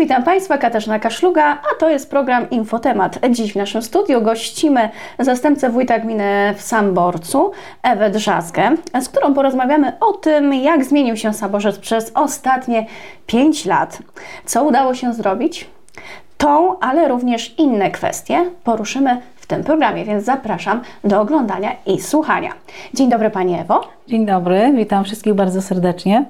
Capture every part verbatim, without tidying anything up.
Witam Państwa, Katarzyna Kaszluga, a to jest program Infotemat. Dziś w naszym studiu gościmy zastępcę wójta gminy w Samborcu, Ewę Drzazgę, z którą porozmawiamy o tym, jak zmienił się Samborzec przez ostatnie pięć lat. Co udało się zrobić? Tą, ale również inne kwestie poruszymy w tym programie, więc zapraszam do oglądania i słuchania. Dzień dobry Pani Ewo. Dzień dobry, witam wszystkich bardzo serdecznie.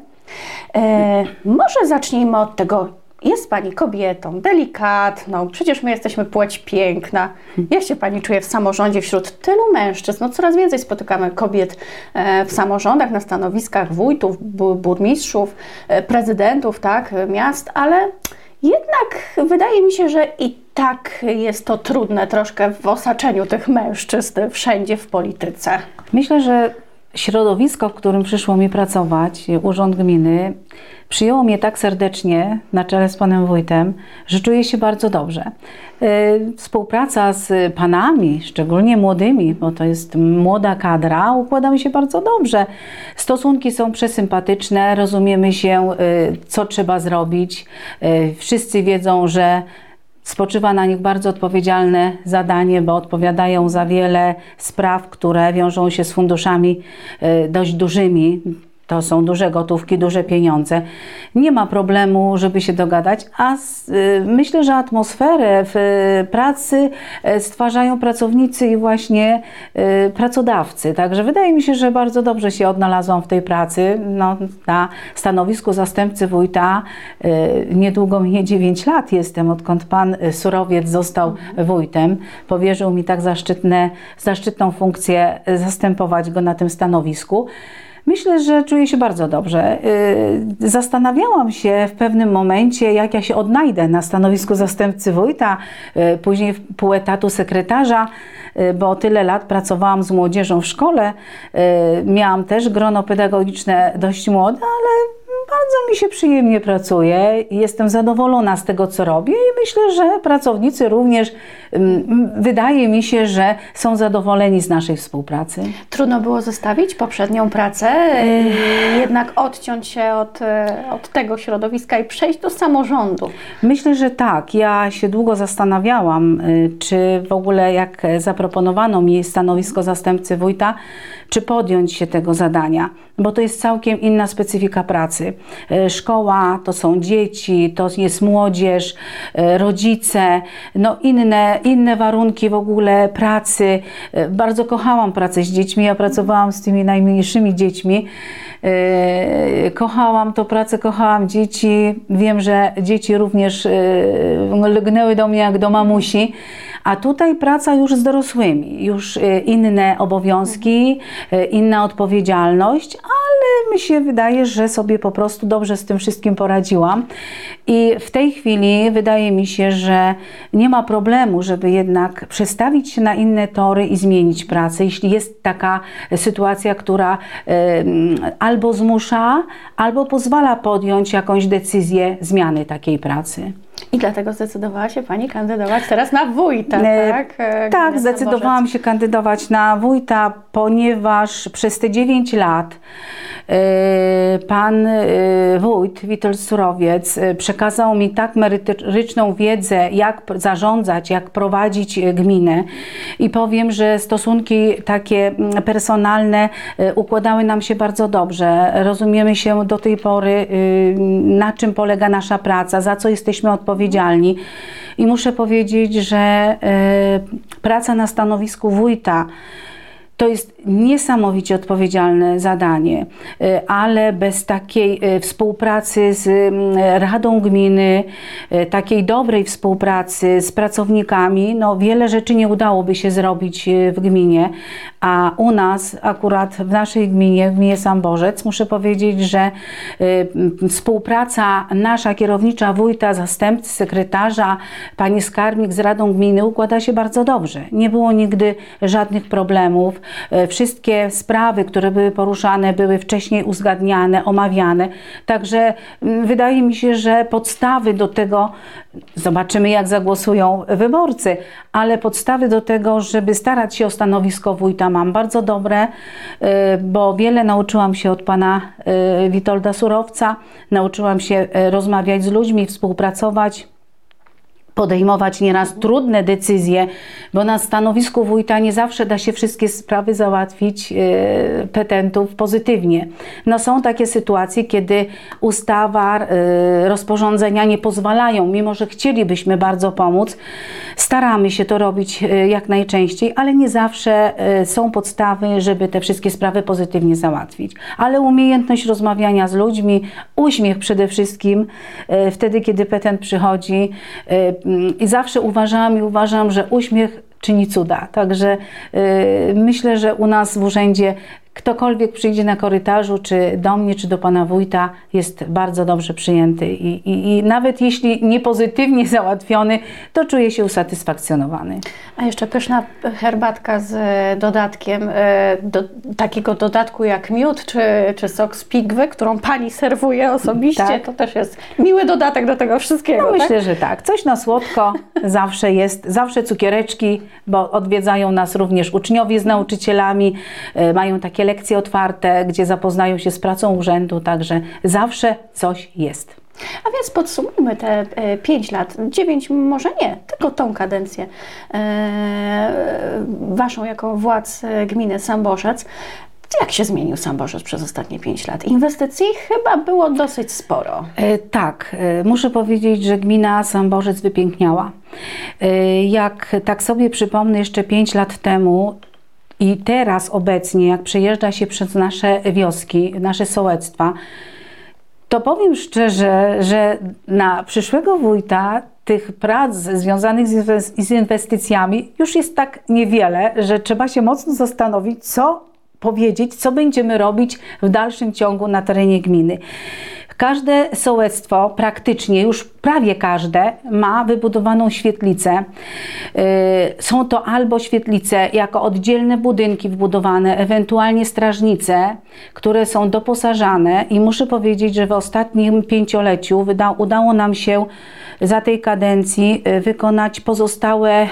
E, może zacznijmy od tego, jest Pani kobietą, delikatną, przecież my jesteśmy płeć piękna. Jak się Pani czuje w samorządzie wśród tylu mężczyzn? No coraz więcej spotykamy kobiet e, w samorządach, na stanowiskach wójtów, burmistrzów, e, prezydentów, tak, miast, ale jednak wydaje mi się, że i tak jest to trudne troszkę w osaczeniu tych mężczyzn wszędzie w polityce. Myślę, że środowisko, w którym przyszło mi pracować, Urząd Gminy, przyjęło mnie tak serdecznie na czele z panem wójtem, że czuję się bardzo dobrze. Współpraca z panami, szczególnie młodymi, bo to jest młoda kadra, układa mi się bardzo dobrze. Stosunki są przesympatyczne, rozumiemy się, co trzeba zrobić. Wszyscy wiedzą, że spoczywa na nich bardzo odpowiedzialne zadanie, bo odpowiadają za wiele spraw, które wiążą się z funduszami dość dużymi. To są duże gotówki, duże pieniądze. Nie ma problemu, żeby się dogadać, a z, y, myślę, że atmosferę w y, pracy y, stwarzają pracownicy i właśnie y, pracodawcy. Także wydaje mi się, że bardzo dobrze się odnalazłam w tej pracy. No, na stanowisku zastępcy wójta y, niedługo minie dziewięć lat jestem, odkąd pan Surowiec został wójtem. Powierzył mi tak zaszczytne, zaszczytną funkcję zastępować go na tym stanowisku. Myślę, że czuję się bardzo dobrze. Zastanawiałam się w pewnym momencie, jak ja się odnajdę na stanowisku zastępcy wójta, później pół etatu sekretarza, bo tyle lat pracowałam z młodzieżą w szkole. Miałam też grono pedagogiczne dość młode, ale bardzo mi się przyjemnie pracuje i jestem zadowolona z tego, co robię i myślę, że pracownicy również, wydaje mi się, że są zadowoleni z naszej współpracy. Trudno było zostawić poprzednią pracę, jednak odciąć się od, od tego środowiska i przejść do samorządu. Myślę, że tak. Ja się długo zastanawiałam, czy w ogóle jak zaproponowano mi stanowisko zastępcy wójta, czy podjąć się tego zadania, bo to jest całkiem inna specyfika pracy. Szkoła, to są dzieci, to jest młodzież, rodzice, no inne, inne warunki w ogóle pracy. Bardzo kochałam pracę z dziećmi, ja pracowałam z tymi najmniejszymi dziećmi. Kochałam tą pracę, kochałam dzieci. Wiem, że dzieci również lgnęły do mnie jak do mamusi. A tutaj praca już z dorosłymi, już inne obowiązki, inna odpowiedzialność, ale mi się wydaje, że sobie po prostu dobrze z tym wszystkim poradziłam. I w tej chwili wydaje mi się, że nie ma problemu, żeby jednak przestawić się na inne tory i zmienić pracę, jeśli jest taka sytuacja, która albo zmusza, albo pozwala podjąć jakąś decyzję zmiany takiej pracy. I dlatego zdecydowała się Pani kandydować teraz na wójta, tak? E, tak, zdecydowałam się kandydować na wójta, ponieważ przez te dziewięć lat e, pan e, wójt Witold Surowiec przekazał mi tak merytoryczną wiedzę, jak zarządzać, jak prowadzić gminę. I powiem, że stosunki takie personalne układały nam się bardzo dobrze. Rozumiemy się do tej pory, na czym polega nasza praca, za co jesteśmy odpowiedzialni. I muszę powiedzieć, że y, praca na stanowisku wójta to jest niesamowicie odpowiedzialne zadanie, ale bez takiej współpracy z Radą Gminy, takiej dobrej współpracy z pracownikami, no wiele rzeczy nie udałoby się zrobić w gminie, a u nas, akurat w naszej gminie, w gminie Samborzec, muszę powiedzieć, że współpraca nasza kierownicza wójta, zastępcy, sekretarza, pani skarbnik z Radą Gminy układa się bardzo dobrze. Nie było nigdy żadnych problemów. Wszystkie sprawy, które były poruszane, były wcześniej uzgadniane, omawiane. Także wydaje mi się, że podstawy do tego, zobaczymy jak zagłosują wyborcy, ale podstawy do tego, żeby starać się o stanowisko wójta mam bardzo dobre, bo wiele nauczyłam się od pana Witolda Surowca, nauczyłam się rozmawiać z ludźmi, współpracować, podejmować nieraz trudne decyzje, bo na stanowisku wójta nie zawsze da się wszystkie sprawy załatwić yy, petentów pozytywnie. No są takie sytuacje, kiedy ustawa, yy, rozporządzenia nie pozwalają, mimo że chcielibyśmy bardzo pomóc. Staramy się to robić yy, jak najczęściej, ale nie zawsze yy, są podstawy, żeby te wszystkie sprawy pozytywnie załatwić. Ale umiejętność rozmawiania z ludźmi, uśmiech przede wszystkim, yy, wtedy kiedy petent przychodzi, yy, i zawsze uważałam i uważam, że uśmiech czyni cuda. Także yy, myślę, że u nas w urzędzie ktokolwiek przyjdzie na korytarzu, czy do mnie, czy do pana wójta, jest bardzo dobrze przyjęty. I, i, i nawet jeśli nie pozytywnie załatwiony, to czuje się usatysfakcjonowany. A jeszcze pyszna herbatka z dodatkiem, do, takiego dodatku jak miód, czy, czy sok z pigwy, którą pani serwuje osobiście, tak. To też jest miły dodatek do tego wszystkiego. No, tak? Myślę, że tak. Coś na słodko zawsze jest, zawsze cukiereczki, bo odwiedzają nas również uczniowie z nauczycielami, mają takie lekcje otwarte, gdzie zapoznają się z pracą urzędu, także zawsze coś jest. A więc podsumujmy te e, pięć lat, dziewięć może nie, tylko tą kadencję e, waszą jako władz gminy Samborzec. Jak się zmienił Samborzec przez ostatnie pięć lat? Inwestycji chyba było dosyć sporo. E, tak, e, muszę powiedzieć, że gmina Samborzec wypiękniała. E, jak tak sobie przypomnę jeszcze pięć lat temu, i teraz obecnie, jak przejeżdża się przez nasze wioski, nasze sołectwa, to powiem szczerze, że na przyszłego wójta tych prac związanych z inwestycjami już jest tak niewiele, że trzeba się mocno zastanowić, co powiedzieć, co będziemy robić w dalszym ciągu na terenie gminy. Każde sołectwo, praktycznie już prawie każde, ma wybudowaną świetlicę. Są to albo świetlice jako oddzielne budynki wbudowane, ewentualnie strażnice, które są doposażane i muszę powiedzieć, że w ostatnim pięcioleciu udało nam się za tej kadencji wykonać pozostałe,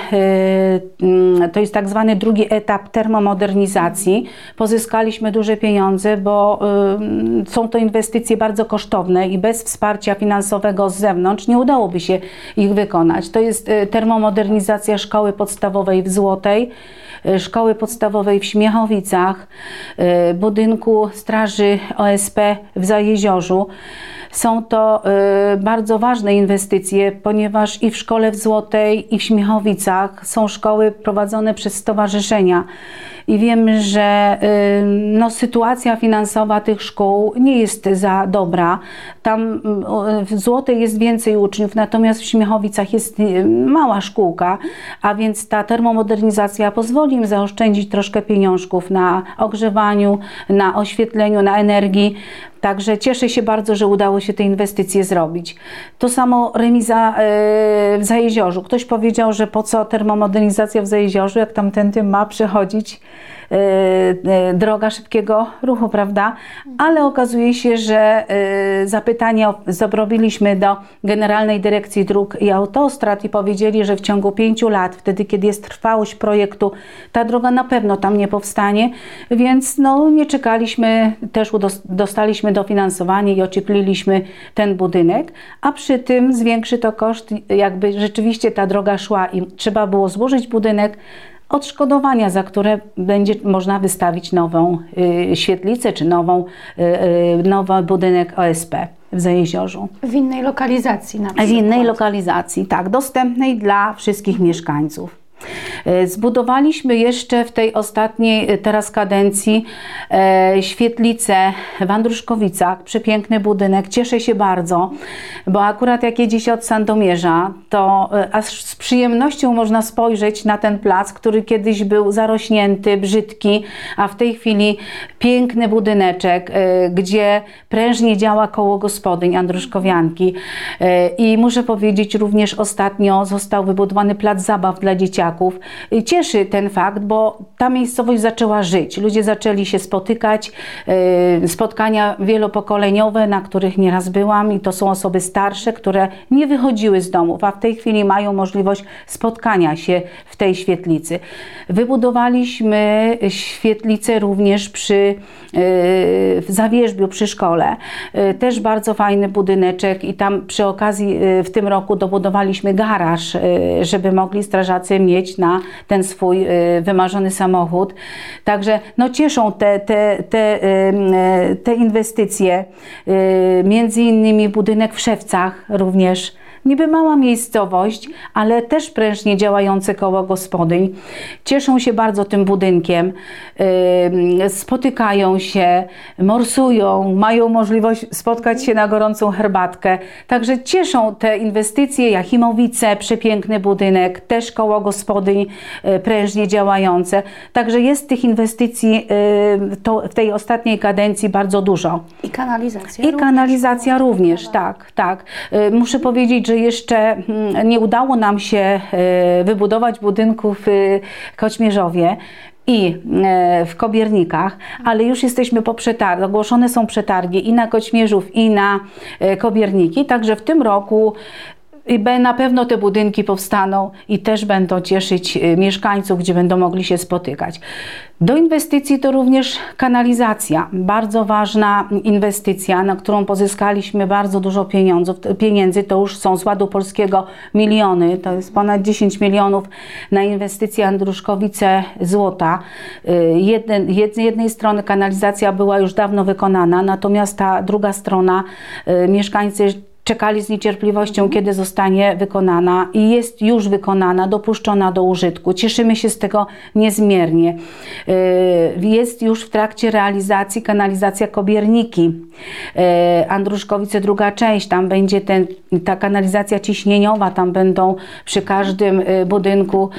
to jest tak zwany drugi etap termomodernizacji. Pozyskaliśmy duże pieniądze, bo są to inwestycje bardzo kosztowne i bez wsparcia finansowego z zewnątrz nie udałoby się ich wykonać. To jest termomodernizacja szkoły podstawowej w Złotej, szkoły podstawowej w Śmiechowicach, budynku Straży O S P w Zajeziorzu. Są to y, bardzo ważne inwestycje, ponieważ i w szkole w Złotej, i w Śmiechowicach są szkoły prowadzone przez stowarzyszenia. I wiemy, że y, no, sytuacja finansowa tych szkół nie jest za dobra. Tam y, w Złotej jest więcej uczniów, natomiast w Śmiechowicach jest y, mała szkółka, a więc ta termomodernizacja pozwoli im zaoszczędzić troszkę pieniążków na ogrzewaniu, na oświetleniu, na energii. Także cieszę się bardzo, że udało się te inwestycje zrobić. To samo remiza w Zajeziorzu. Ktoś powiedział, że po co termomodernizacja w Zajeziorzu, jak tamtędy ma przechodzić droga szybkiego ruchu, prawda? Ale okazuje się, że zapytanie zrobiliśmy do Generalnej Dyrekcji Dróg i Autostrad i powiedzieli, że w ciągu pięciu lat, wtedy kiedy jest trwałość projektu, ta droga na pewno tam nie powstanie, więc no, nie czekaliśmy, też dostaliśmy dofinansowanie i ociepliliśmy ten budynek, a przy tym zwiększy to koszt, jakby rzeczywiście ta droga szła i trzeba było złożyć budynek, odszkodowania, za które będzie można wystawić nową y, świetlicę czy nową, y, y, nowy budynek O S P w Zajeziorzu. W innej lokalizacji na przykład. W innej lokalizacji, tak, dostępnej dla wszystkich mieszkańców. Zbudowaliśmy jeszcze w tej ostatniej teraz kadencji e, świetlicę w Andruszkowicach, przepiękny budynek, cieszę się bardzo, bo akurat jak jedzie się od Sandomierza, to e, aż z przyjemnością można spojrzeć na ten plac, który kiedyś był zarośnięty, brzydki, a w tej chwili piękny budyneczek, e, gdzie prężnie działa koło gospodyń Andruszkowianki e, i muszę powiedzieć, również ostatnio został wybudowany plac zabaw dla dzieciaków. Cieszy ten fakt, bo ta miejscowość zaczęła żyć. Ludzie zaczęli się spotykać, spotkania wielopokoleniowe, na których nieraz byłam i to są osoby starsze, które nie wychodziły z domów, a w tej chwili mają możliwość spotkania się w tej świetlicy. Wybudowaliśmy świetlicę również przy w Zawierzbiu, przy szkole. Też bardzo fajny budyneczek i tam przy okazji w tym roku dobudowaliśmy garaż, żeby mogli strażacy mieć na ten swój wymarzony samochód. Także no, cieszą te, te, te, te inwestycje. Między innymi budynek w Szewcach również. Niby mała miejscowość, ale też prężnie działające koło gospodyń. Cieszą się bardzo tym budynkiem, yy, spotykają się, morsują, mają możliwość spotkać się na gorącą herbatkę. Także cieszą te inwestycje. Jachimowice, przepiękny budynek, też koło gospodyń yy, prężnie działające. Także jest tych inwestycji yy, to, w tej ostatniej kadencji bardzo dużo. I kanalizacja I również. kanalizacja również, tak, tak. Yy, muszę powiedzieć, że jeszcze nie udało nam się wybudować budynków w Koćmierzowie i w Kobiernikach, ale już jesteśmy po przetargu. Ogłoszone są przetargi i na Koćmierzów, i na Kobierniki, także w tym roku i na pewno te budynki powstaną i też będą cieszyć mieszkańców, gdzie będą mogli się spotykać. Do inwestycji to również kanalizacja. Bardzo ważna inwestycja, na którą pozyskaliśmy bardzo dużo pieniędzy. pieniędzy. To już są z Ładu Polskiego miliony. To jest ponad dziesięć milionów na inwestycję Andruszkowice-Złota. Jeden, z jednej strony kanalizacja była już dawno wykonana, natomiast ta druga strona, mieszkańcy czekali z niecierpliwością, kiedy zostanie wykonana i jest już wykonana, dopuszczona do użytku. Cieszymy się z tego niezmiernie. Jest już w trakcie realizacji kanalizacja Kobierniki. Andruszkowice druga część, tam będzie ten, ta kanalizacja ciśnieniowa, tam będą przy każdym budynku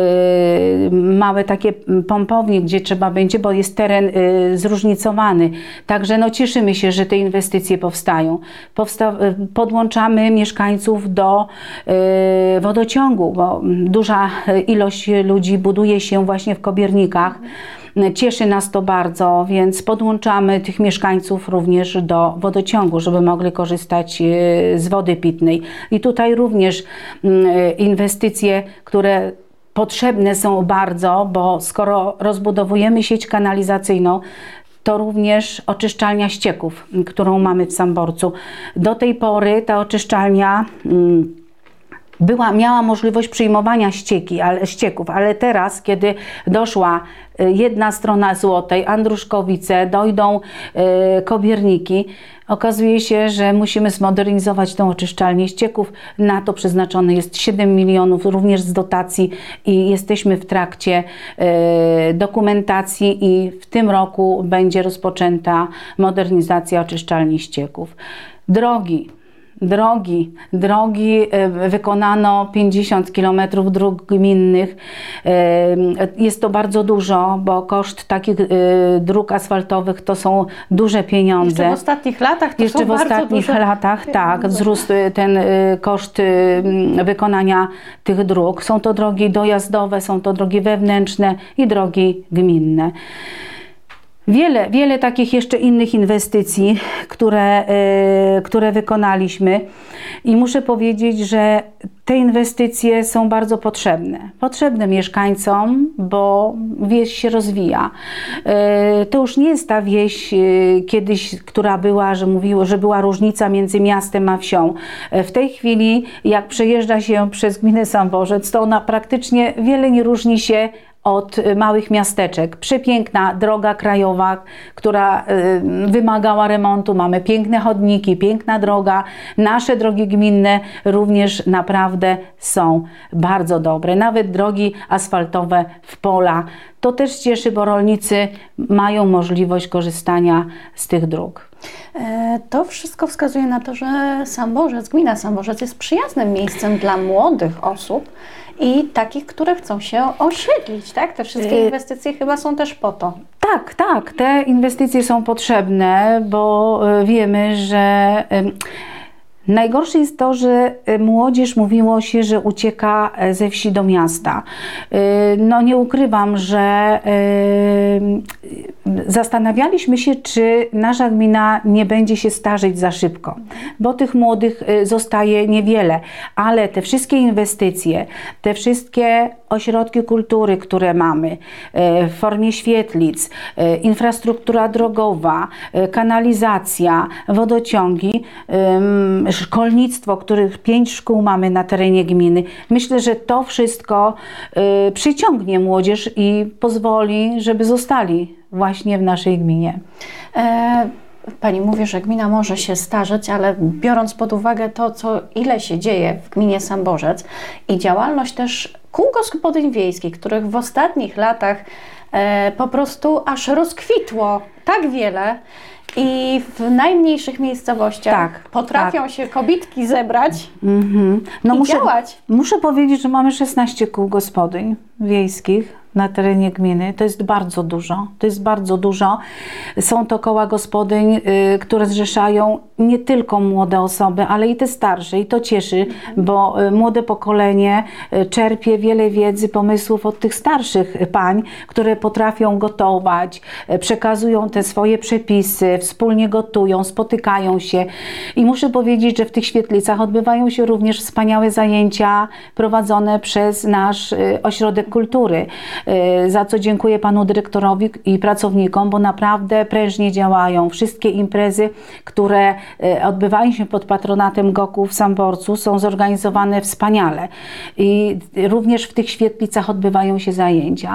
małe takie pompownie, gdzie trzeba będzie, bo jest teren zróżnicowany. Także no, cieszymy się, że te inwestycje powstają. Powsta podłączamy mieszkańców do y, wodociągu, bo duża ilość ludzi buduje się właśnie w Kobiernikach. Cieszy nas to bardzo, więc podłączamy tych mieszkańców również do wodociągu, żeby mogli korzystać z wody pitnej. I tutaj również y, inwestycje, które potrzebne są bardzo, bo skoro rozbudowujemy sieć kanalizacyjną, to również oczyszczalnia ścieków, którą mamy w Samborcu. Do tej pory ta oczyszczalnia była, miała możliwość przyjmowania ścieki, ale, ścieków, ale teraz, kiedy doszła jedna strona Złotej, Andruszkowice, dojdą y, Kobierniki, okazuje się, że musimy zmodernizować tą oczyszczalnię ścieków. Na to przeznaczone jest siedem milionów, również z dotacji i jesteśmy w trakcie y, dokumentacji i w tym roku będzie rozpoczęta modernizacja oczyszczalni ścieków. Drogi. Drogi, drogi, wykonano pięćdziesiąt kilometrów dróg gminnych. Jest to bardzo dużo, bo koszt takich dróg asfaltowych to są duże pieniądze. Jeszcze w ostatnich latach to Jeszcze są w bardzo ostatnich duże latach, pieniądze. tak, wzrósł ten koszt wykonania tych dróg. Są to drogi dojazdowe, są to drogi wewnętrzne i drogi gminne. Wiele, wiele takich jeszcze innych inwestycji, które, yy, które wykonaliśmy i muszę powiedzieć, że te inwestycje są bardzo potrzebne. Potrzebne mieszkańcom, bo wieś się rozwija. Yy, to już nie jest ta wieś yy, kiedyś, która była, że mówiło, że była różnica między miastem a wsią. Yy, w tej chwili, jak przejeżdża się przez gminę Samborzec, to ona praktycznie wiele nie różni się od małych miasteczek. Przepiękna droga krajowa, która y, wymagała remontu. Mamy piękne chodniki, piękna droga. Nasze drogi gminne również naprawdę są bardzo dobre. Nawet drogi asfaltowe w pola. To też cieszy, bo rolnicy mają możliwość korzystania z tych dróg. To wszystko wskazuje na to, że Samborzec, gmina Samborzec jest przyjaznym miejscem dla młodych osób i takich, które chcą się osiedlić, tak? Te wszystkie inwestycje chyba są też po to. Tak, tak. Te inwestycje są potrzebne, bo wiemy, że Najgorsze jest to, że młodzież, mówiło się, że ucieka ze wsi do miasta. No nie ukrywam, że zastanawialiśmy się, czy nasza gmina nie będzie się starzeć za szybko, bo tych młodych zostaje niewiele, ale te wszystkie inwestycje, te wszystkie ośrodki kultury, które mamy w formie świetlic, infrastruktura drogowa, kanalizacja, wodociągi, szkolnictwo, których pięć szkół mamy na terenie gminy. Myślę, że to wszystko y, przyciągnie młodzież i pozwoli, żeby zostali właśnie w naszej gminie. E, Pani mówi, że gmina może się starzeć, ale biorąc pod uwagę to, co ile się dzieje w gminie Samborzec i działalność też kół gospodyń wiejskich, których w ostatnich latach e, po prostu aż rozkwitło tak wiele, i w najmniejszych miejscowościach tak, potrafią tak. się kobitki zebrać mm-hmm. no i muszę, działać. Muszę powiedzieć, że mamy szesnaście kół gospodyń wiejskich na terenie gminy. To jest bardzo dużo. To jest bardzo dużo. Są to koła gospodyń, y, które zrzeszają nie tylko młode osoby, ale i te starsze. I to cieszy, mhm. bo y, młode pokolenie y, czerpie wiele wiedzy, pomysłów od tych starszych pań, które potrafią gotować, y, przekazują te swoje przepisy, wspólnie gotują, spotykają się. I muszę powiedzieć, że w tych świetlicach odbywają się również wspaniałe zajęcia prowadzone przez nasz y, ośrodek kultury, za co dziękuję panu dyrektorowi i pracownikom, bo naprawdę prężnie działają. Wszystkie imprezy, które odbywają się pod patronatem Goku w Samborcu, są zorganizowane wspaniale. I również w tych świetlicach odbywają się zajęcia.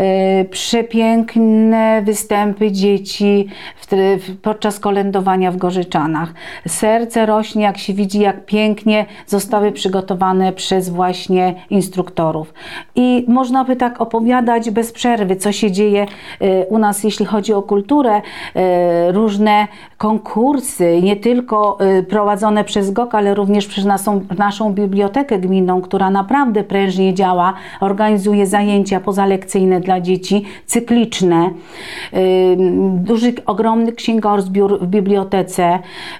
Przepiękne występy dzieci podczas kolędowania w Gorzyczanach. Serce rośnie, jak się widzi, jak pięknie zostały przygotowane przez właśnie instruktorów. I można by tak opowiadać bez przerwy, co się dzieje u nas, jeśli chodzi o kulturę. Różne konkursy, nie tylko prowadzone przez G O K, ale również przez naszą, naszą bibliotekę gminną, która naprawdę prężnie działa, organizuje zajęcia pozalekcyjne dla dzieci, cykliczne. Duży, ogromny księgozbiór w bibliotece,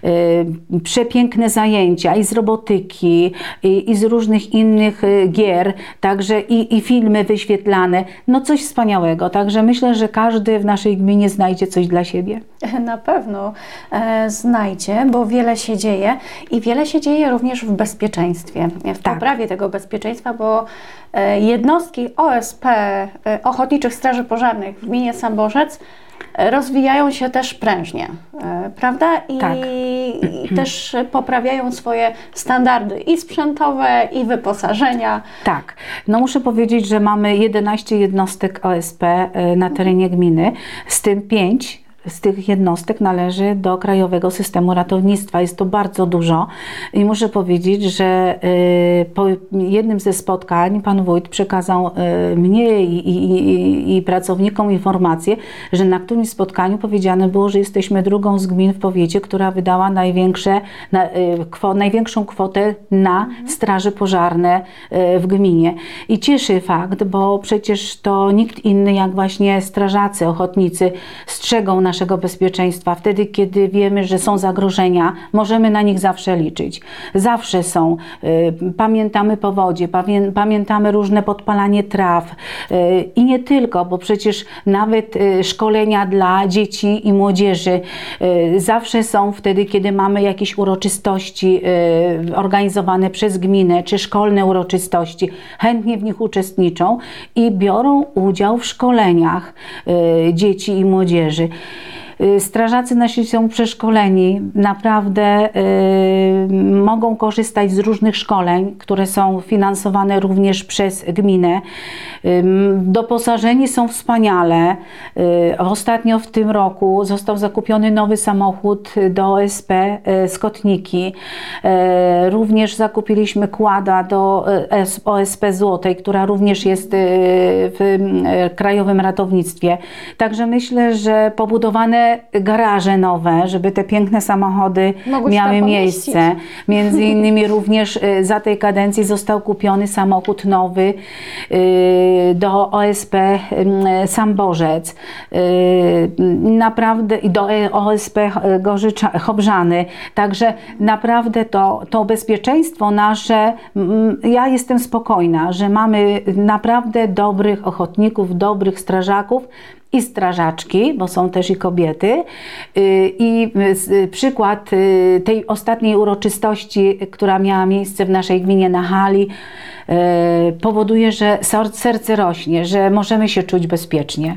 przepiękne zajęcia i z robotyki, i, i z różnych innych gier, także i, i filmy wyświetlane. No coś wspaniałego. Także myślę, że każdy w naszej gminie znajdzie coś dla siebie. Na pewno e, znajdzie, bo wiele się dzieje i wiele się dzieje również w bezpieczeństwie, w tak. poprawie tego bezpieczeństwa, bo e, jednostki O S P, e, Ochotniczych Straży Pożarnych w gminie Samborzec rozwijają się też prężnie, prawda? I, tak. i też poprawiają swoje standardy i sprzętowe, i wyposażenia. Tak. No muszę powiedzieć, że mamy jedenaście jednostek O S P na terenie gminy, z tym pięć z tych jednostek należy do Krajowego Systemu Ratownictwa. Jest to bardzo dużo i muszę powiedzieć, że po jednym ze spotkań pan wójt przekazał mnie i, i, i pracownikom informację, że na którymś spotkaniu powiedziane było, że jesteśmy drugą z gmin w powiecie, która wydała największe, na, kwo, największą kwotę na mhm. straże pożarne w gminie. I cieszy fakt, bo przecież to nikt inny jak właśnie strażacy, ochotnicy strzegą naszego bezpieczeństwa. Wtedy, kiedy wiemy, że są zagrożenia, możemy na nich zawsze liczyć. Zawsze są. Pamiętamy powodzie, pamiętamy różne podpalanie traw i nie tylko, bo przecież nawet szkolenia dla dzieci i młodzieży zawsze są wtedy, kiedy mamy jakieś uroczystości organizowane przez gminę, czy szkolne uroczystości. Chętnie w nich uczestniczą i biorą udział w szkoleniach dzieci i młodzieży. Strażacy nasi są przeszkoleni, naprawdę y, mogą korzystać z różnych szkoleń, które są finansowane również przez gminę. Y, doposażeni są wspaniale. Y, ostatnio w tym roku został zakupiony nowy samochód do O S P y, Skotniki. Y, również zakupiliśmy kłada do y, O S P Złotej, która również jest y, w y, Krajowym Ratownictwie. Także myślę, że pobudowane piękne garaże nowe, żeby te piękne samochody Mogły się miały tam miejsce. pomieścić. Między innymi również y, za tej kadencji został kupiony samochód nowy y, do O S P y, Samborzec. Y, naprawdę i do O S P Gorzycza, Chobrzany. Także naprawdę to, to bezpieczeństwo nasze, mm, ja jestem spokojna, że mamy naprawdę dobrych ochotników, dobrych strażaków i strażaczki, bo są też i kobiety. I przykład tej ostatniej uroczystości, która miała miejsce w naszej gminie na hali, powoduje, że serce rośnie, że możemy się czuć bezpiecznie.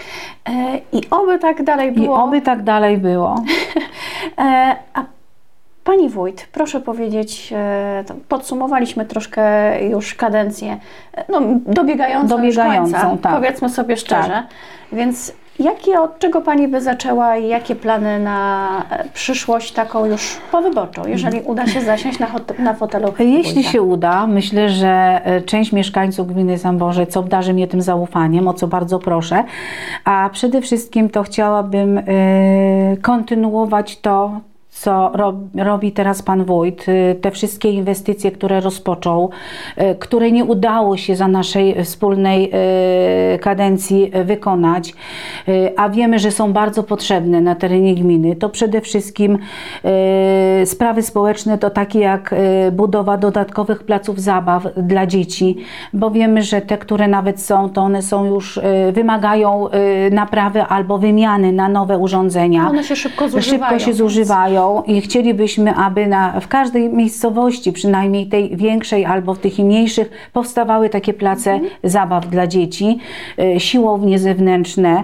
I oby tak dalej było. I oby tak dalej było. A Pani wójt, proszę powiedzieć, podsumowaliśmy troszkę już kadencję, no, dobiegającą, dobiegającą już końca, tak. powiedzmy sobie szczerze. Tak. Więc jakie, od czego Pani by zaczęła i jakie plany na przyszłość taką już powyborczą, jeżeli uda się zasiąść na, na fotelu Jeśli wójta? się uda, myślę, że część mieszkańców gminy Samborzec obdarzy mnie tym zaufaniem, o co bardzo proszę, a przede wszystkim to chciałabym yy, kontynuować to, co robi teraz pan wójt, te wszystkie inwestycje, które rozpoczął, które nie udało się za naszej wspólnej kadencji wykonać, a wiemy, że są bardzo potrzebne na terenie gminy. To przede wszystkim sprawy społeczne, to takie jak budowa dodatkowych placów zabaw dla dzieci, bo wiemy, że te, które nawet są, to one są już, wymagają naprawy albo wymiany na nowe urządzenia. One się szybko zużywają. Szybko się zużywają. I chcielibyśmy, aby na, w każdej miejscowości, przynajmniej tej większej albo w tych mniejszych, powstawały takie place mhm. zabaw dla dzieci, y, siłownie zewnętrzne.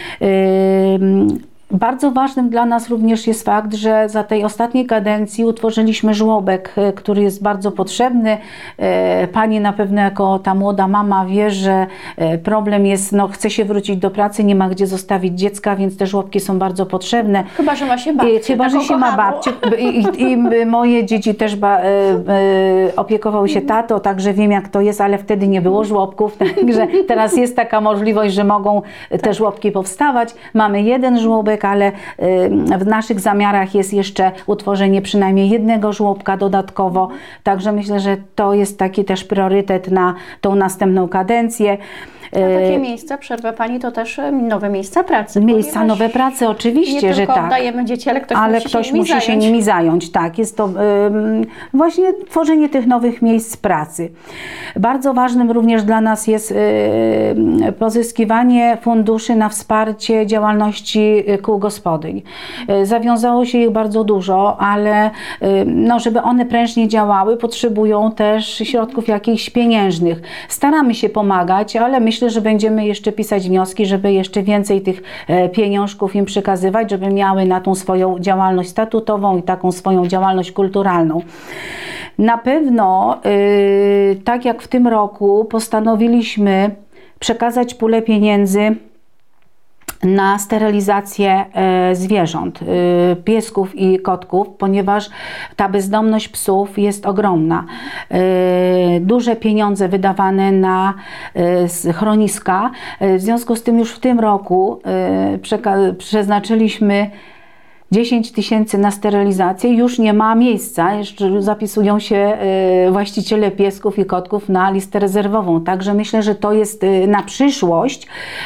Y, Bardzo ważnym dla nas również jest fakt, że za tej ostatniej kadencji utworzyliśmy żłobek, który jest bardzo potrzebny. Pani na pewno jako ta młoda mama wie, że problem jest, no chce się wrócić do pracy, nie ma gdzie zostawić dziecka, więc te żłobki są bardzo potrzebne. Chyba, że ma się babcię. Chyba, że się ma babcię. I, i, i moje dzieci też ba, e, e, opiekował się tato, także wiem jak to jest, ale wtedy nie było żłobków, także teraz jest taka możliwość, że mogą te żłobki powstawać. Mamy jeden żłobek, ale w naszych zamiarach jest jeszcze utworzenie przynajmniej jednego żłobka dodatkowo, także myślę, że to jest taki też priorytet na tą następną kadencję. A takie miejsca, przerwę Pani, to też nowe miejsca pracy. Miejsca, nowe prace, oczywiście, nie że tylko tak. oddajemy dzieci, ale ktoś ale musi, ktoś się, nimi musi się nimi zająć. Tak, jest to ym, właśnie tworzenie tych nowych miejsc pracy. Bardzo ważnym również dla nas jest y, pozyskiwanie funduszy na wsparcie działalności kół gospodyń. Y, zawiązało się ich bardzo dużo, ale y, no, żeby one prężnie działały, potrzebują też środków jakichś pieniężnych. Staramy się pomagać, ale myślę, że będziemy jeszcze pisać wnioski, żeby jeszcze więcej tych pieniążków im przekazywać, żeby miały na tą swoją działalność statutową i taką swoją działalność kulturalną. Na pewno, yy, tak jak w tym roku, postanowiliśmy przekazać pulę pieniędzy na sterylizację e, zwierząt, e, piesków i kotków, ponieważ ta bezdomność psów jest ogromna. E, duże pieniądze wydawane na e, schroniska. E, w związku z tym już w tym roku e, przeznaczyliśmy dziesięć tysięcy na sterylizację, już nie ma miejsca, jeszcze zapisują się właściciele piesków i kotków na listę rezerwową. Także myślę, że to jest na przyszłość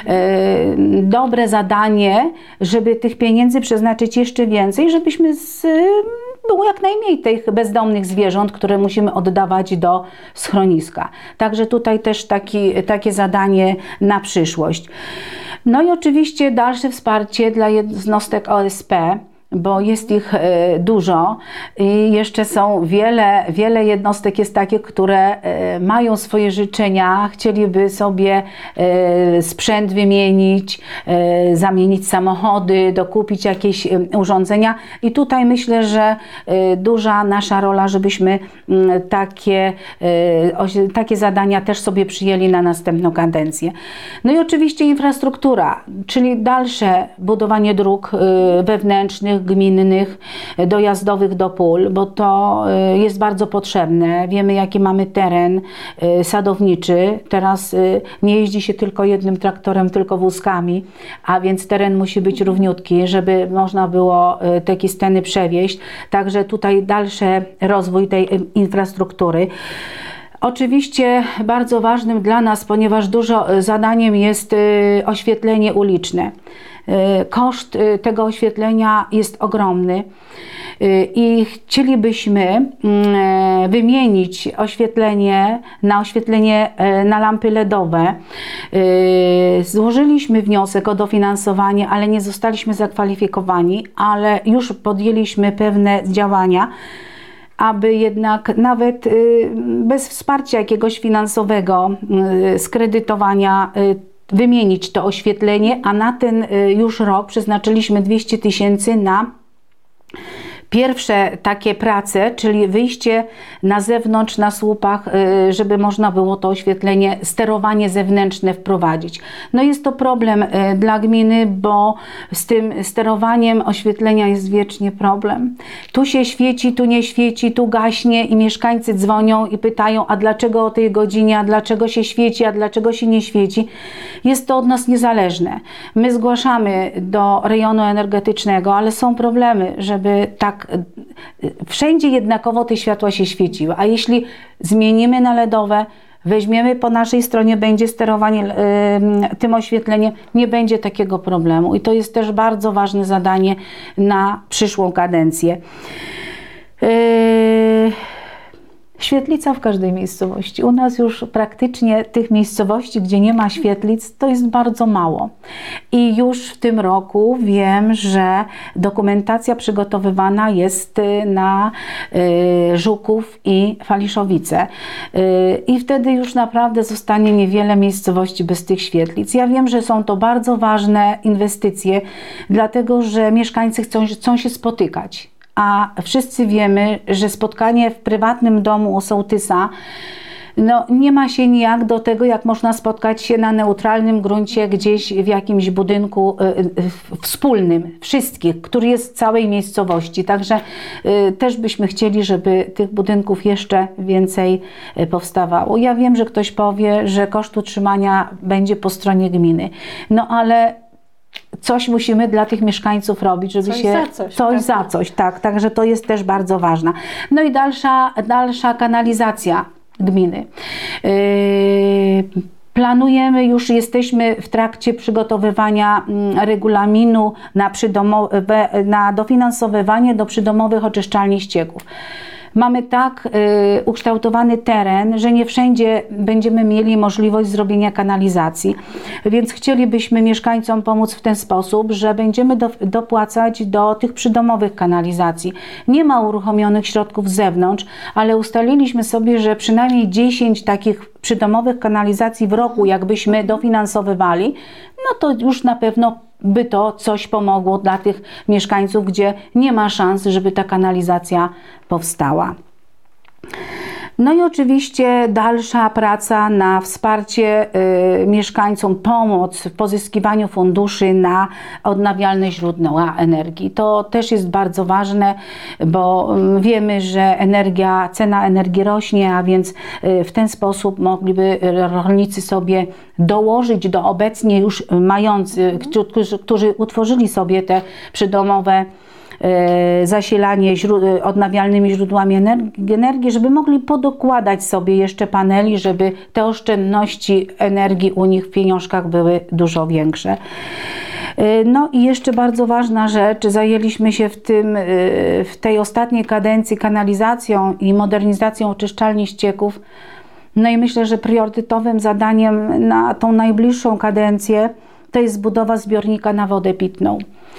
dobre zadanie, żeby tych pieniędzy przeznaczyć jeszcze więcej, żebyśmy z, było jak najmniej tych bezdomnych zwierząt, które musimy oddawać do schroniska. Także tutaj też taki, takie zadanie na przyszłość. No i oczywiście dalsze wsparcie dla jednostek O S P, bo jest ich dużo i jeszcze są wiele, wiele jednostek jest takich, które mają swoje życzenia, chcieliby sobie sprzęt wymienić, zamienić samochody, dokupić jakieś urządzenia i tutaj myślę, że duża nasza rola, żebyśmy takie, takie zadania też sobie przyjęli na następną kadencję. No i oczywiście infrastruktura, czyli dalsze budowanie dróg wewnętrznych, gminnych dojazdowych do pól, bo to jest bardzo potrzebne. Wiemy, jaki mamy teren sadowniczy. Teraz nie jeździ się tylko jednym traktorem, tylko wózkami, a więc teren musi być równiutki, żeby można było te kisteny przewieźć. Także tutaj dalszy rozwój tej infrastruktury. Oczywiście bardzo ważnym dla nas, ponieważ dużo zadaniem jest oświetlenie uliczne. Koszt tego oświetlenia jest ogromny i chcielibyśmy wymienić oświetlenie na oświetlenie na lampy ledowe. Złożyliśmy wniosek o dofinansowanie, ale nie zostaliśmy zakwalifikowani, ale już podjęliśmy pewne działania, aby jednak nawet bez wsparcia jakiegoś finansowego, skredytowania, wymienić to oświetlenie, a na ten już rok przeznaczyliśmy dwieście tysięcy na pierwsze takie prace, czyli wyjście na zewnątrz, na słupach, żeby można było to oświetlenie, sterowanie zewnętrzne wprowadzić. No jest to problem dla gminy, bo z tym sterowaniem oświetlenia jest wiecznie problem. Tu się świeci, tu nie świeci, tu gaśnie i mieszkańcy dzwonią i pytają, a dlaczego o tej godzinie, a dlaczego się świeci, a dlaczego się nie świeci. Jest to od nas niezależne. My zgłaszamy do rejonu energetycznego, ale są problemy, żeby tak wszędzie jednakowo te światła się świeciły, a jeśli zmienimy na ledowe, weźmiemy po naszej stronie, będzie sterowanie y, tym oświetleniem, nie będzie takiego problemu i to jest też bardzo ważne zadanie na przyszłą kadencję. Y, Świetlica w każdej miejscowości. U nas już praktycznie tych miejscowości, gdzie nie ma świetlic, to jest bardzo mało. I już w tym roku wiem, że dokumentacja przygotowywana jest na y, Żuków i Faliszowice. Y, I wtedy już naprawdę zostanie niewiele miejscowości bez tych świetlic. Ja wiem, że są to bardzo ważne inwestycje, dlatego że mieszkańcy chcą, chcą się spotykać. A wszyscy wiemy, że spotkanie w prywatnym domu u sołtysa no, nie ma się nijak do tego, jak można spotkać się na neutralnym gruncie gdzieś w jakimś budynku y, y, wspólnym, wszystkich, który jest w całej miejscowości. Także y, też byśmy chcieli, żeby tych budynków jeszcze więcej y, powstawało. Ja wiem, że ktoś powie, że koszt utrzymania będzie po stronie gminy, no ale coś musimy dla tych mieszkańców robić, żeby coś się za coś, coś tak. za coś, tak, także to jest też bardzo ważne. No i dalsza, dalsza kanalizacja gminy. Yy, Planujemy, już jesteśmy w trakcie przygotowywania regulaminu na, przydomowe, na dofinansowywanie do przydomowych oczyszczalni ścieków. Mamy tak y, ukształtowany teren, że nie wszędzie będziemy mieli możliwość zrobienia kanalizacji, więc chcielibyśmy mieszkańcom pomóc w ten sposób, że będziemy do, dopłacać do tych przydomowych kanalizacji. Nie ma uruchomionych środków z zewnątrz, ale ustaliliśmy sobie, że przynajmniej dziesięć takich przydomowych kanalizacji w roku, jakbyśmy dofinansowywali, no to już na pewno by to coś pomogło dla tych mieszkańców, gdzie nie ma szans, żeby ta kanalizacja powstała. No i oczywiście dalsza praca na wsparcie y, mieszkańcom, pomoc w pozyskiwaniu funduszy na odnawialne źródła energii. To też jest bardzo ważne, bo y, wiemy, że energia, cena energii rośnie, a więc y, w ten sposób mogliby rolnicy sobie dołożyć do obecnie już mających, którzy, którzy utworzyli sobie te przydomowe zasilanie źród odnawialnymi źródłami energii, energii, żeby mogli podokładać sobie jeszcze paneli, żeby te oszczędności energii u nich w pieniążkach były dużo większe. No i jeszcze bardzo ważna rzecz, zajęliśmy się w, tym, w tej ostatniej kadencji kanalizacją i modernizacją oczyszczalni ścieków. No i myślę, że priorytetowym zadaniem na tą najbliższą kadencję to jest budowa zbiornika na wodę pitną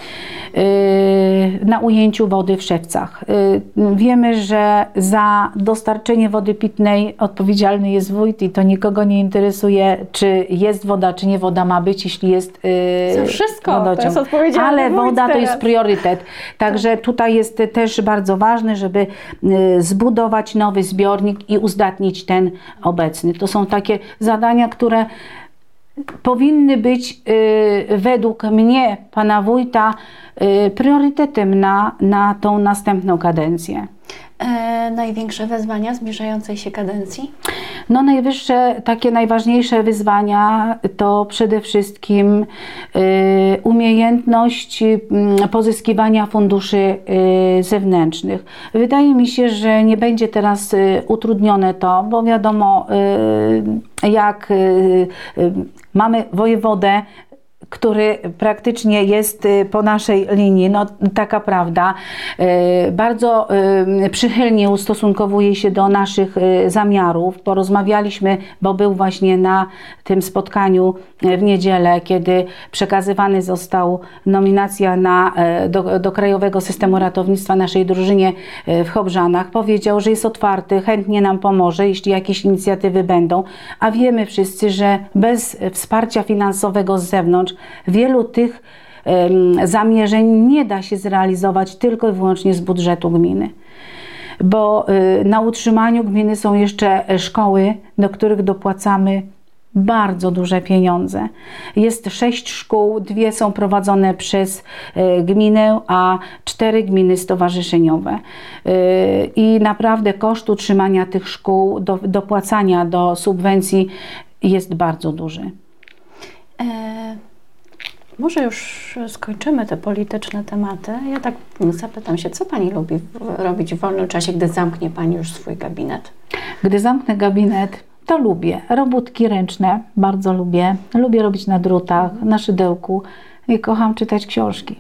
na ujęciu wody w Szewcach. Wiemy, że za dostarczenie wody pitnej odpowiedzialny jest wójt i to nikogo nie interesuje, czy jest woda, czy nie woda ma być, jeśli jest to wszystko, wodociąg. To jest odpowiedzialny Ale wójt woda teraz. to jest priorytet. Także tutaj jest też bardzo ważne, żeby zbudować nowy zbiornik i uzdatnić ten obecny. To są takie zadania, które powinny być y, według mnie, pana wójta, y, priorytetem na, na tą następną kadencję. E, największe wyzwania zbliżającej się kadencji? No najwyższe, takie najważniejsze wyzwania to przede wszystkim y, umiejętność y, pozyskiwania funduszy y, zewnętrznych. Wydaje mi się, że nie będzie teraz y, utrudnione to, bo wiadomo, y, jak y, y, mamy wojewodę, który praktycznie jest po naszej linii, no taka prawda, bardzo przychylnie ustosunkowuje się do naszych zamiarów. Porozmawialiśmy, bo był właśnie na tym spotkaniu w niedzielę, kiedy przekazywany został nominacja na, do, do Krajowego Systemu Ratownictwa naszej drużynie w Chobrzanach. Powiedział, że jest otwarty, chętnie nam pomoże, jeśli jakieś inicjatywy będą, a wiemy wszyscy, że bez wsparcia finansowego z zewnątrz wielu tych um, zamierzeń nie da się zrealizować tylko i wyłącznie z budżetu gminy. Bo y, na utrzymaniu gminy są jeszcze szkoły, do których dopłacamy bardzo duże pieniądze. Jest sześć szkół, dwie są prowadzone przez y, gminę, a cztery gminy stowarzyszeniowe. Y, I naprawdę koszt utrzymania tych szkół, do, dopłacania do subwencji jest bardzo duży. E Może już skończymy te polityczne tematy. Ja tak zapytam się, co Pani lubi robić w wolnym czasie, gdy zamknie Pani już swój gabinet? Gdy zamknę gabinet, to lubię. Robótki ręczne bardzo lubię. Lubię robić na drutach, na szydełku i kocham czytać książki.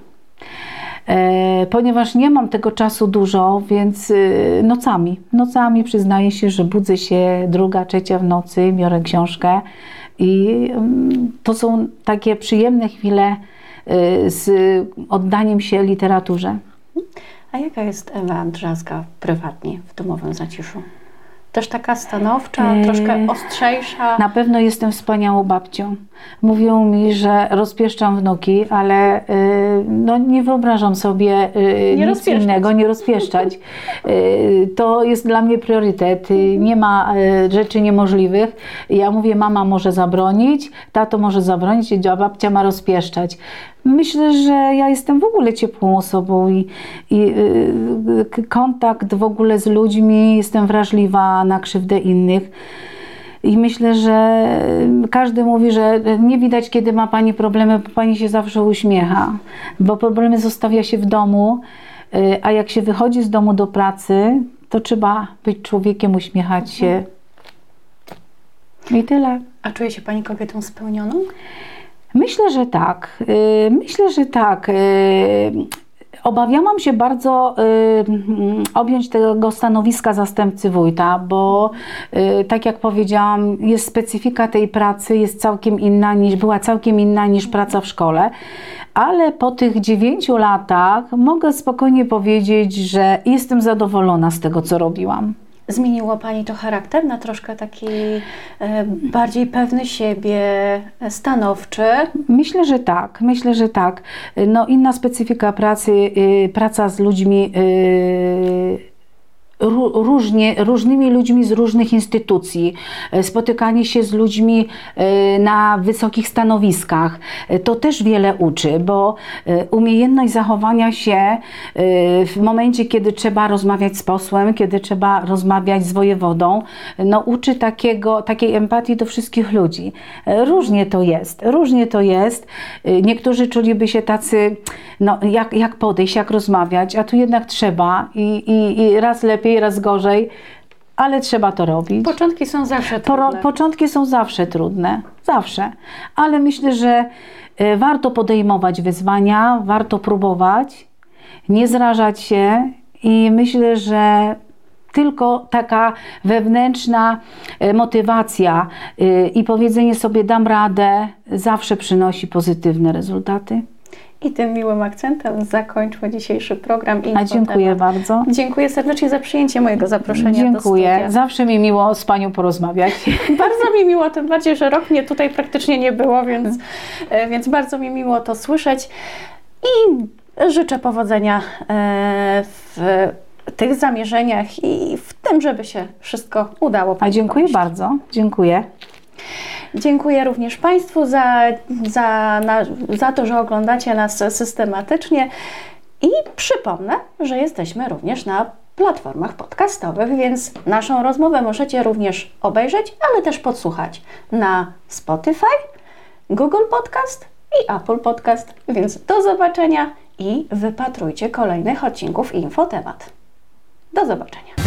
E, ponieważ nie mam tego czasu dużo, więc y, nocami, nocami przyznaję się, że budzę się druga, trzecia w nocy, biorę książkę. I to są takie przyjemne chwile z oddaniem się literaturze. A jaka jest Ewa Drzazga prywatnie w domowym zaciszu? Też taka stanowcza, eee, troszkę ostrzejsza? Na pewno jestem wspaniałą babcią. Mówią mi, że rozpieszczam wnuki, ale y, no, nie wyobrażam sobie y, nie nic innego, nie rozpieszczać. Y, to jest dla mnie priorytet. Y, nie ma y, rzeczy niemożliwych. Ja mówię, mama może zabronić, tato może zabronić, a babcia ma rozpieszczać. Myślę, że ja jestem w ogóle ciepłą osobą i, i y, kontakt w ogóle z ludźmi, jestem wrażliwa na krzywdę innych. I myślę, że każdy mówi, że nie widać, kiedy ma Pani problemy, bo Pani się zawsze uśmiecha, bo problemy zostawia się w domu, a jak się wychodzi z domu do pracy, to trzeba być człowiekiem, uśmiechać się. I tyle. A czuje się Pani kobietą spełnioną? Myślę, że tak. Myślę, że tak. Obawiałam się bardzo y, objąć tego stanowiska zastępcy wójta, bo y, tak jak powiedziałam, jest specyfika tej pracy, jest całkiem inna niż, była całkiem inna niż praca w szkole, ale po tych dziewięciu latach mogę spokojnie powiedzieć, że jestem zadowolona z tego, co robiłam. Zmieniło Pani to charakter na troszkę taki e, bardziej pewny siebie, stanowczy? Myślę, że tak. Myślę, że tak. No, inna specyfika pracy, y, praca z ludźmi, y, Różnie, różnymi ludźmi z różnych instytucji, spotykanie się z ludźmi na wysokich stanowiskach, to też wiele uczy, bo umiejętność zachowania się w momencie, kiedy trzeba rozmawiać z posłem, kiedy trzeba rozmawiać z wojewodą, no uczy takiego, takiej empatii do wszystkich ludzi. Różnie to jest, różnie to jest. Niektórzy czuliby się tacy, no jak, jak podejść, jak rozmawiać, a tu jednak trzeba i, i, i raz lepiej, raz gorzej, ale trzeba to robić. Początki są zawsze trudne. Po, początki są zawsze trudne, zawsze. Ale myślę, że y, warto podejmować wyzwania, warto próbować, nie zrażać się i myślę, że tylko taka wewnętrzna y, motywacja y, i powiedzenie sobie dam radę zawsze przynosi pozytywne rezultaty. I tym miłym akcentem zakończmy dzisiejszy program. A dziękuję bardzo. Dziękuję serdecznie za przyjęcie mojego zaproszenia dziękuję. do studia. Dziękuję. Zawsze mi miło z Panią porozmawiać. Bardzo mi miło, tym bardziej, że rok mnie tutaj praktycznie nie było, więc, więc bardzo mi miło to słyszeć. I życzę powodzenia w tych zamierzeniach i w tym, żeby się wszystko udało. A dziękuję bardzo. Dziękuję. Dziękuję również Państwu za, za, na, za to, że oglądacie nas systematycznie i przypomnę, że jesteśmy również na platformach podcastowych, więc naszą rozmowę możecie również obejrzeć, ale też podsłuchać na Spotify, Google Podcast i Apple Podcast, więc do zobaczenia i wypatrujcie kolejnych odcinków Infotemat. Do zobaczenia.